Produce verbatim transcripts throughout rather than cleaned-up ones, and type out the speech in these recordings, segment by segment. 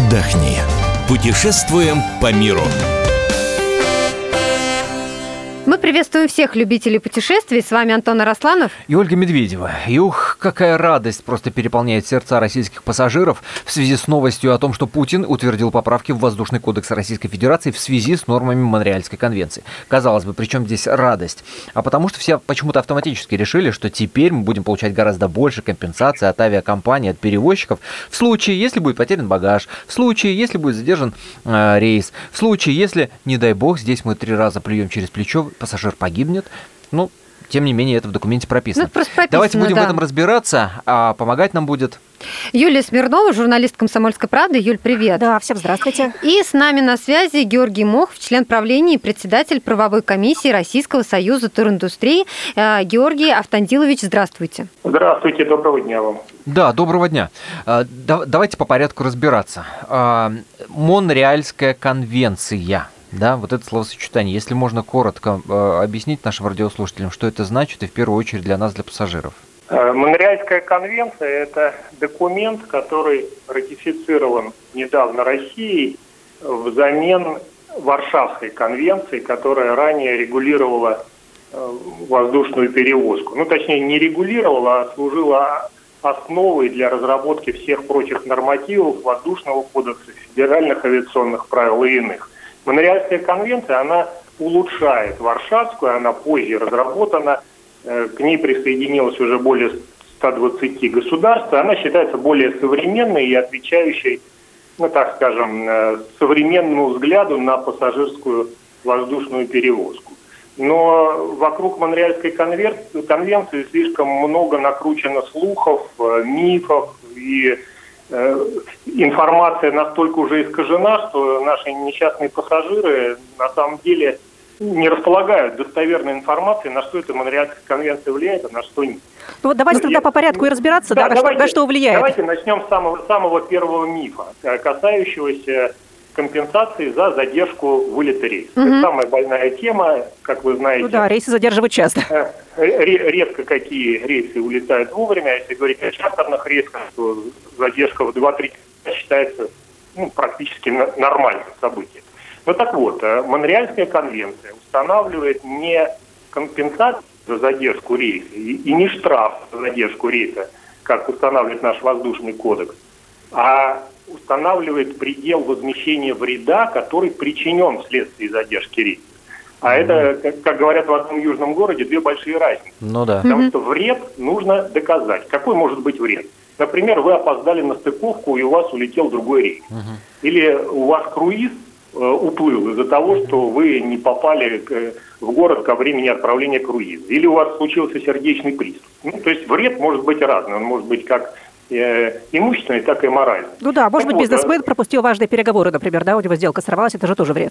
Отдохни. Путешествуем по миру. Мы приветствуем всех любителей путешествий. С вами Антон Арасланов и Ольга Медведева. И ух, какая радость просто переполняет сердца российских пассажиров в связи с новостью о том, что Путин утвердил поправки в Воздушный кодекс Российской Федерации в связи с нормами Монреальской конвенции. Казалось бы, при чем здесь радость? А потому что все почему-то автоматически решили, что теперь мы будем получать гораздо больше компенсации от авиакомпаний, от перевозчиков в случае, если будет потерян багаж, в случае, если будет задержан э, рейс, в случае, если, не дай бог, здесь мы три раза плюем через плечо, пассажир погибнет. Ну, тем не менее, это в документе прописано. Ну, прописано. Давайте будем да. в этом разбираться, а помогать нам будет... Юлия Смирнова, журналист «Комсомольской правды». Юль, привет. Да, всем здравствуйте. И с нами на связи Георгий Мохов, член правления и председатель правовой комиссии Российского союза туриндустрии. Георгий Автандилович, здравствуйте. Здравствуйте, доброго дня вам. Да, доброго дня. Давайте по порядку разбираться. Монреальская конвенция. Да, вот это словосочетание. Если можно коротко э, объяснить нашим радиослушателям, что это значит, и в первую очередь для нас, для пассажиров. Монреальская конвенция – это документ, который ратифицирован недавно Россией взамен Варшавской конвенции, которая ранее регулировала э, воздушную перевозку. Ну, точнее, не регулировала, а служила основой для разработки всех прочих нормативов Воздушного кодекса, федеральных авиационных правил и иных. Монреальская конвенция, она улучшает Варшавскую, она позже разработана, к ней присоединилось уже более ста двадцати государств, она считается более современной и отвечающей, ну так скажем, современному взгляду на пассажирскую воздушную перевозку. Но вокруг Монреальской конвенции слишком много накручено слухов, мифов, и информация настолько уже искажена, что наши несчастные пассажиры на самом деле не располагают достоверной информацией, на что эта Монреальская конвенция влияет, а на что нет. Ну, вот давайте ну, тогда я... по порядку и разбираться, да, да, давайте, на что влияет. Давайте начнем с самого, самого первого мифа, касающегося компенсации за задержку вылета рейса. Угу. Это самая больная тема, как вы знаете. Ну да, рейсы задерживают часто. Редко какие рейсы улетают вовремя. Если говорить о чартерных рейсах, то задержка в два-три часа считается ну, практически нормальным событием. Ну так вот, Монреальская конвенция устанавливает не компенсацию за задержку рейса и, и не штраф за задержку рейса, как устанавливает наш воздушный кодекс, а устанавливает предел возмещения вреда, который причинен вследствие задержки рейса. А mm-hmm. это, как, как говорят в одном южном городе, две большие разницы. Ну да. Потому mm-hmm. что вред нужно доказать. Какой может быть вред? Например, вы опоздали на стыковку, и у вас улетел другой рейс. Mm-hmm. Или у вас круиз э, уплыл из-за того, что вы не попали к, в город ко времени отправления круиза. Или у вас случился сердечный приступ. Ну, то есть вред может быть разный. Он может быть как имущественный, так и моральный. Ну да, может так быть, вот, бизнесмен пропустил важные переговоры, например, да, у него сделка сорвалась, это же тоже вред.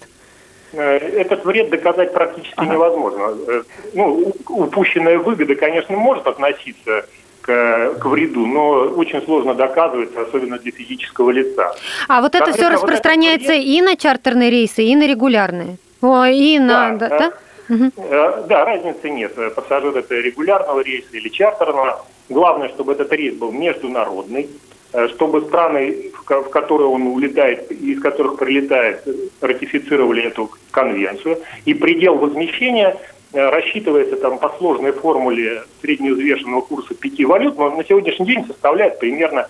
Этот вред доказать практически ага. невозможно. Ну, упущенная выгода, конечно, может относиться к, к вреду, но очень сложно доказывается, особенно для физического лица. А вот это все распространяется вот вред... и на чартерные рейсы, и на регулярные? О, и на... Да, да? да? Угу. Да, разницы нет. Пассажир это регулярного рейса или чартерного. Главное, чтобы этот рейс был международный, чтобы страны, в которые он улетает, из которых прилетает, ратифицировали эту конвенцию. И предел возмещения рассчитывается там по сложной формуле средневзвешенного курса пяти валют, но на сегодняшний день составляет примерно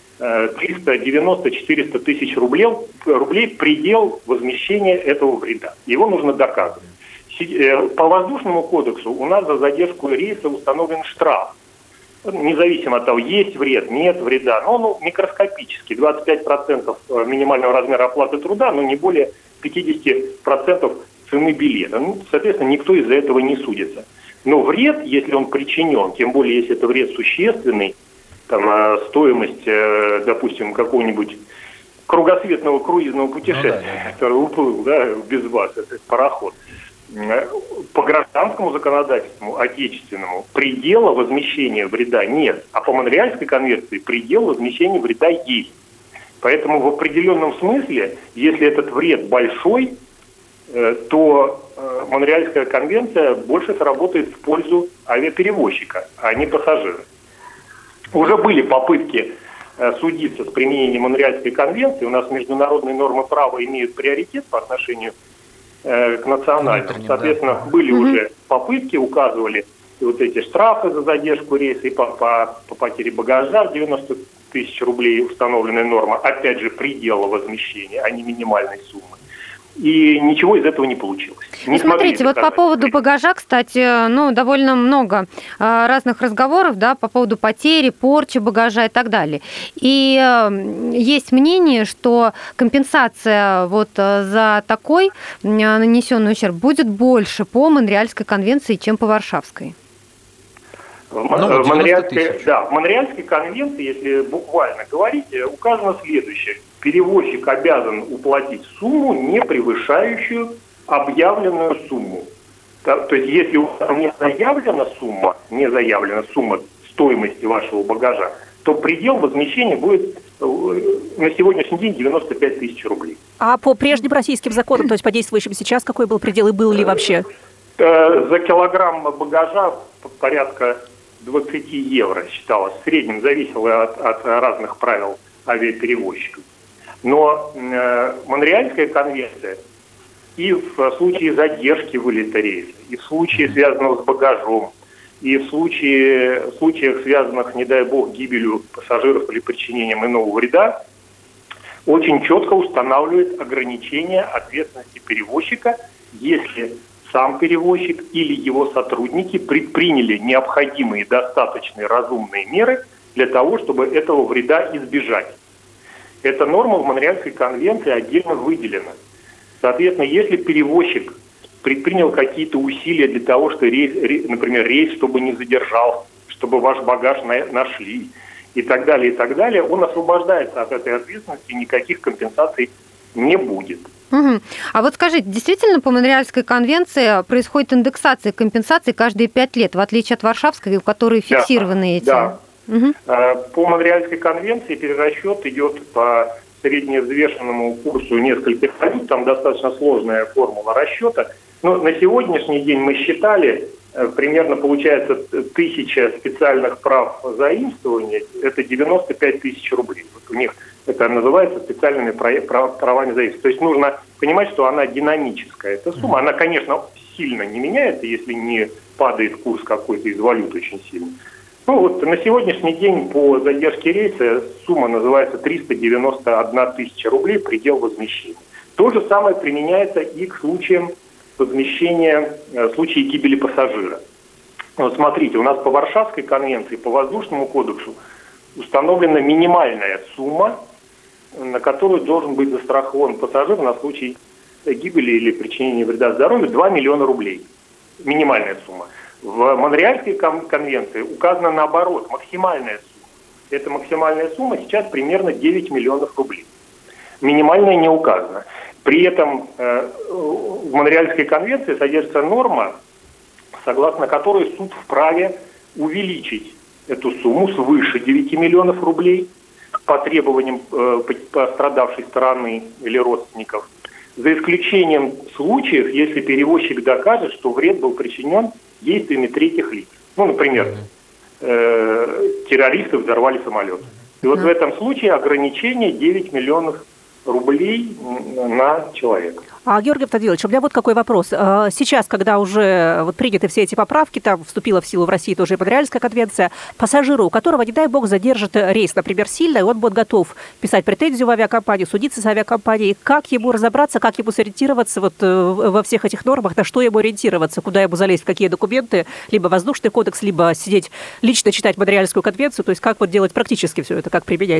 триста девяносто - четыреста тысяч рублей, рублей предел возмещения этого вреда. Его нужно доказывать. По Воздушному кодексу у нас за задержку рейса установлен штраф. Независимо от того, есть вред, нет вреда, но он микроскопический, двадцать пять процентов минимального размера оплаты труда, но не более пятьдесят процентов цены билета. Ну, соответственно, никто из-за этого не судится. Но вред, если он причинен, тем более, если это вред существенный, там, стоимость, допустим, какого-нибудь кругосветного круизного путешествия, ну, да, да. который уплыл да, без вас, этот пароход, по гражданскому законодательству, отечественному, предела возмещения вреда нет. А по Монреальской конвенции предел возмещения вреда есть. Поэтому в определенном смысле, если этот вред большой, то Монреальская конвенция больше сработает в пользу авиаперевозчика, а не пассажира. Уже были попытки судиться с применением Монреальской конвенции. У нас международные нормы права имеют приоритет по отношению к национальным. Соответственно, да. были mm-hmm. уже попытки, указывали и вот эти штрафы за задержку рейса и по, по, по потере багажа в девяносто тысяч рублей установленная норма. Опять же, предела возмещения, а не минимальной суммы. И ничего из этого не получилось. Не ну, смотрите, вот по поводу багажа, кстати, ну, довольно много а, разных разговоров, да, по поводу потери, порчи багажа и так далее. И а, есть мнение, что компенсация вот за такой нанесенный ущерб будет больше по Монреальской конвенции, чем по Варшавской. В, ну, в, Монреальской, да, в Монреальской конвенции, если буквально говорить, указано следующее. Перевозчик обязан уплатить сумму, не превышающую объявленную сумму. То, то есть, если у вас не заявлена сумма, не заявлена сумма стоимости вашего багажа, то предел возмещения будет на сегодняшний день девяносто пять тысяч рублей. А по прежним российским законам, то есть по действующим сейчас, какой был предел и был ли вообще? За килограмм багажа порядка двадцать евро считалось. В среднем зависело от, от разных правил авиаперевозчиков. Но э, Монреальская конвенция и в случае задержки вылета рейса, и в случае, связанного с багажом, и в случае, в случаях, связанных, не дай бог, гибелью пассажиров или причинением иного вреда, очень четко устанавливает ограничения ответственности перевозчика, если сам перевозчик или его сотрудники предприняли необходимые, достаточные, разумные меры для того, чтобы этого вреда избежать. Эта норма в Монреальской конвенции отдельно выделена. Соответственно, если перевозчик предпринял какие-то усилия для того, что рейс, например, рейс, чтобы не задержался, чтобы ваш багаж нашли и так далее, и так далее, он освобождается от этой ответственности, никаких компенсаций не будет. Угу. А вот скажите, действительно по Монреальской конвенции происходит индексация компенсаций каждые пять лет, в отличие от Варшавской, у которой фиксированы да, эти? Да. Угу. По Монреальской конвенции перерасчет идет по средневзвешенному курсу нескольких валют, там достаточно сложная формула расчета. Но на сегодняшний день мы считали, примерно получается тысяча специальных прав заимствования, это девяносто пять тысяч рублей. Вот у них это называется специальными правами заимствования. То есть нужно понимать, что она динамическая. Эта сумма, она, конечно, сильно не меняется, если не падает курс какой-то из валют очень сильно. Ну вот на сегодняшний день по задержке рейса сумма называется триста девяносто одна тысяча рублей, предел возмещения. То же самое применяется и к случаям возмещения, в случае гибели пассажира. Вот смотрите, у нас по Варшавской конвенции, по Воздушному кодексу установлена минимальная сумма, на которую должен быть застрахован пассажир на случай гибели или причинения вреда здоровью, два миллиона рублей. Минимальная сумма. В Монреальской конвенции указано наоборот, максимальная сумма. Эта максимальная сумма сейчас примерно девять миллионов рублей. Минимальная не указана. При этом э, в Монреальской конвенции содержится норма, согласно которой суд вправе увеличить эту сумму свыше девяти миллионов рублей по требованиям э, пострадавшей стороны или родственников, за исключением случаев, если перевозчик докажет, что вред был причинен действиями третьих лиц. Ну, например, э, террористы взорвали самолет. И вот в этом случае ограничение девять миллионов рублей на человека. А, Георгий Автодилович, у меня вот какой вопрос. Сейчас, когда уже вот приняты все эти поправки, там вступила в силу в России тоже и Монреальская конвенция, пассажиру, у которого, не дай бог, задержит рейс, например, сильно, и он будет готов писать претензию в авиакомпанию, судиться с авиакомпанией, как ему разобраться, как ему сориентироваться вот во всех этих нормах, на что ему ориентироваться, куда ему залезть, в какие документы, либо воздушный кодекс, либо сидеть лично читать Монреальскую конвенцию, то есть как вот делать практически все это, как применять?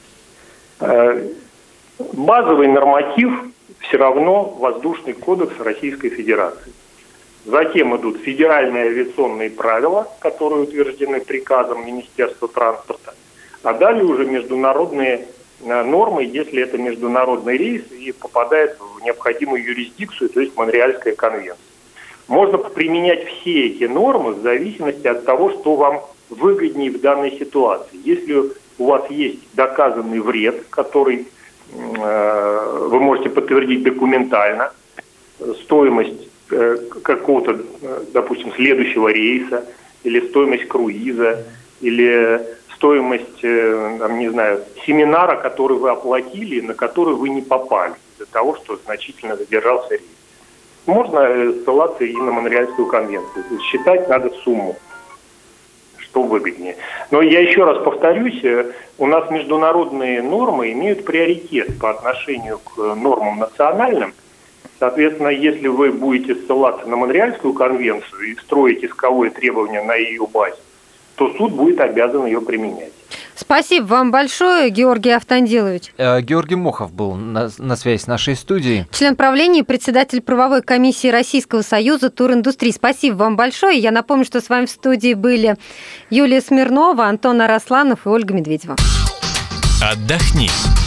Базовый норматив все равно Воздушный кодекс Российской Федерации. Затем идут федеральные авиационные правила, которые утверждены приказом Министерства транспорта, а далее уже международные нормы, если это международный рейс и попадает в необходимую юрисдикцию, то есть Монреальская конвенция. Можно применять все эти нормы в зависимости от того, что вам выгоднее в данной ситуации. Если у вас есть доказанный вред, который вы можете подтвердить документально, стоимость какого-то, допустим, следующего рейса, или стоимость круиза, или стоимость, там, не знаю, семинара, который вы оплатили, на который вы не попали из-за того, что значительно задержался рейс. Можно ссылаться и на Монреальскую конвенцию. Считать надо сумму, что выгоднее. Но я еще раз повторюсь, у нас международные нормы имеют приоритет по отношению к нормам национальным. Соответственно, если вы будете ссылаться на Монреальскую конвенцию и строить исковое требование на ее базе, то суд будет обязан ее применять. Спасибо вам большое, Георгий Автандилович. Георгий Мохов был на, на связи с нашей студией. Член правления и председатель правовой комиссии Российского союза туриндустрии. Спасибо вам большое. Я напомню, что с вами в студии были Юлия Смирнова, Антон Арасланов и Ольга Медведева. Отдохни.